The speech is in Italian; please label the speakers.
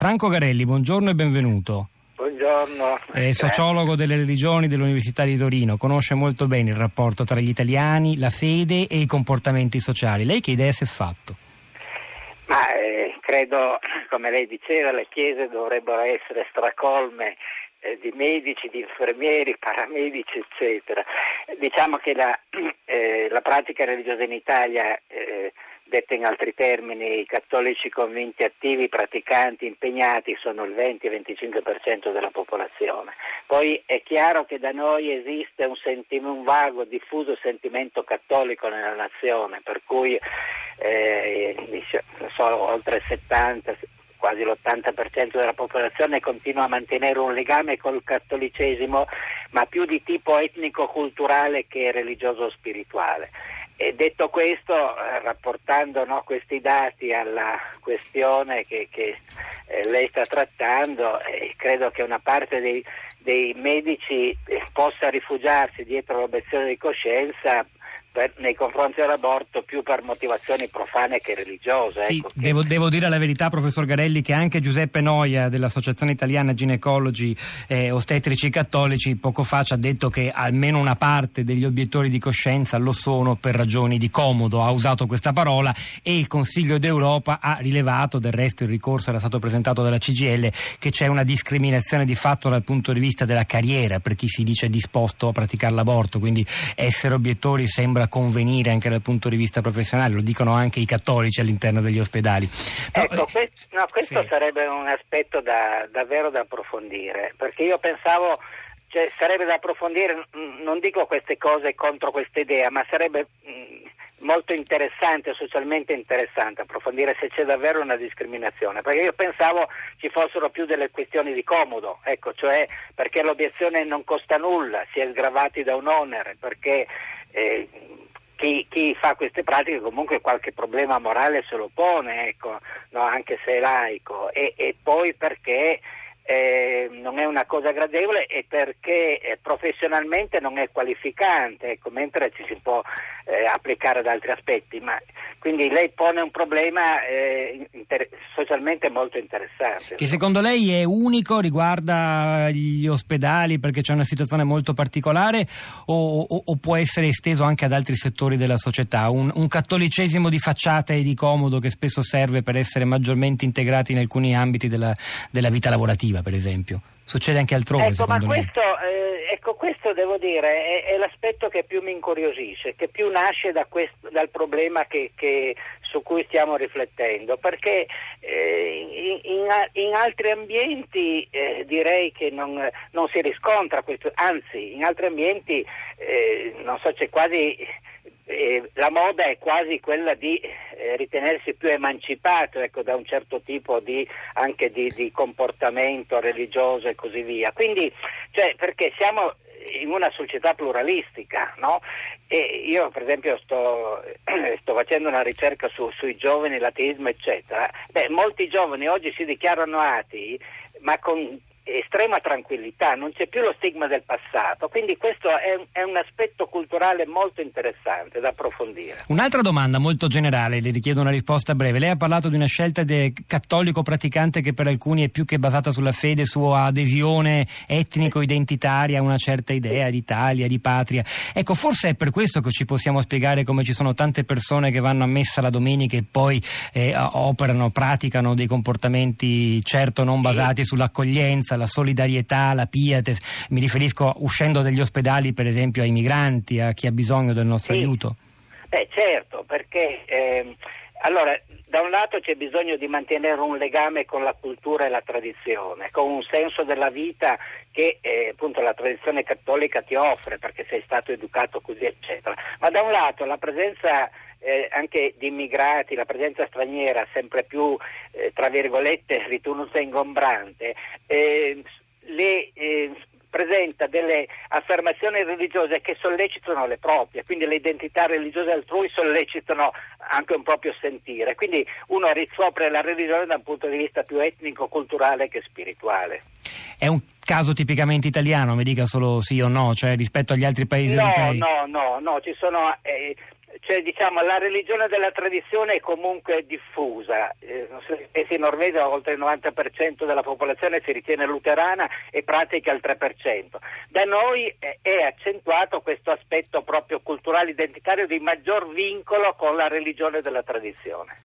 Speaker 1: Franco Garelli, buongiorno e benvenuto.
Speaker 2: Buongiorno.
Speaker 1: È sociologo delle religioni dell'Università di Torino, conosce molto bene il rapporto tra gli italiani, la fede e i comportamenti sociali. Lei che idea si è fatto?
Speaker 2: Credo, come lei diceva, le chiese dovrebbero essere stracolme di medici, di infermieri, paramedici, eccetera. Diciamo che la pratica religiosa in Italia, detta in altri termini, i cattolici convinti, attivi, praticanti, impegnati sono il 20-25% della popolazione. Poi è chiaro che da noi esiste un vago, diffuso sentimento cattolico nella nazione, per cui oltre il 70%, quasi l'80% della popolazione continua a mantenere un legame col cattolicesimo, ma più di tipo etnico-culturale che religioso-spirituale. E detto questo, rapportando questi dati alla questione che lei sta trattando, credo che una parte dei medici possa rifugiarsi dietro l'obiezione di coscienza nei confronti dell'aborto più per motivazioni profane che religiose.
Speaker 1: Sì, devo dire la verità, professor Garelli, che anche Giuseppe Noia dell'Associazione Italiana Ginecologi Ostetrici Cattolici poco fa ci ha detto che almeno una parte degli obiettori di coscienza lo sono per ragioni di comodo, ha usato questa parola, e il Consiglio d'Europa ha rilevato, del resto il ricorso era stato presentato dalla CGIL, che c'è una discriminazione di fatto dal punto di vista della carriera per chi si dice disposto a praticare l'aborto, quindi essere obiettori sembra convenire anche dal punto di vista professionale, lo dicono anche i cattolici all'interno degli ospedali.
Speaker 2: Questo sarebbe un aspetto davvero da approfondire, perché io pensavo, sarebbe da approfondire, non dico queste cose contro questa idea, ma sarebbe molto interessante, socialmente interessante approfondire se c'è davvero una discriminazione, perché io pensavo ci fossero più delle questioni di comodo, cioè perché l'obiezione non costa nulla, si è sgravati da un onere, perché chi fa queste pratiche comunque qualche problema morale se lo pone, anche se è laico, e poi perché non è una cosa gradevole e perché professionalmente non è qualificante, mentre ci si può applicare ad altri aspetti. Quindi lei pone un problema socialmente molto interessante.
Speaker 1: Che secondo lei è unico, riguarda gli ospedali perché c'è una situazione molto particolare, o può essere esteso anche ad altri settori della società? Un cattolicesimo di facciata e di comodo che spesso serve per essere maggiormente integrati in alcuni ambiti della vita lavorativa, per esempio. Succede anche altrove, secondo lei?
Speaker 2: Questo devo dire è l'aspetto che più mi incuriosisce, che più nasce dal problema su cui stiamo riflettendo, perché in altri ambienti direi che non si riscontra questo, anzi in altri ambienti c'è quasi la moda è quasi quella di ritenersi più emancipato da un certo tipo anche di comportamento religioso e così via. Quindi perché siamo in una società pluralistica, no? E io per esempio sto facendo una ricerca sui giovani, l'ateismo eccetera. Molti giovani oggi si dichiarano atei, ma con estrema tranquillità, non c'è più lo stigma del passato, quindi questo è un aspetto culturale molto interessante da approfondire.
Speaker 1: Un'altra domanda molto generale, le richiedo una risposta breve. Lei ha parlato di una scelta cattolico praticante che per alcuni è più che basata sulla fede, su adesione etnico-identitaria a una certa idea d'Italia, di patria. Ecco, forse è per questo che ci possiamo spiegare come ci sono tante persone che vanno a messa la domenica e poi praticano dei comportamenti certo non basati sull'accoglienza, la solidarietà, la pietas. Mi riferisco, uscendo dagli ospedali, per esempio, ai migranti, a chi ha bisogno del nostro aiuto.
Speaker 2: Certo, perché allora da un lato c'è bisogno di mantenere un legame con la cultura e la tradizione, con un senso della vita che appunto la tradizione cattolica ti offre, perché sei stato educato così eccetera, ma da un lato la presenza anche di immigrati, la presenza straniera sempre più tra virgolette ritenuta ingombrante, presenta delle affermazioni religiose che sollecitano le proprie, quindi le identità religiose altrui sollecitano anche un proprio sentire, quindi uno riscopre la religione da un punto di vista più etnico, culturale che spirituale.
Speaker 1: È un caso tipicamente italiano, mi dica solo sì o no, cioè rispetto agli altri paesi europei?
Speaker 2: No, ci sono cioè diciamo la religione della tradizione è comunque diffusa, in Norvegia oltre il 90% della popolazione si ritiene luterana e pratica il 3%. Da noi è accentuato questo aspetto proprio culturale identitario di maggior vincolo con la religione della tradizione.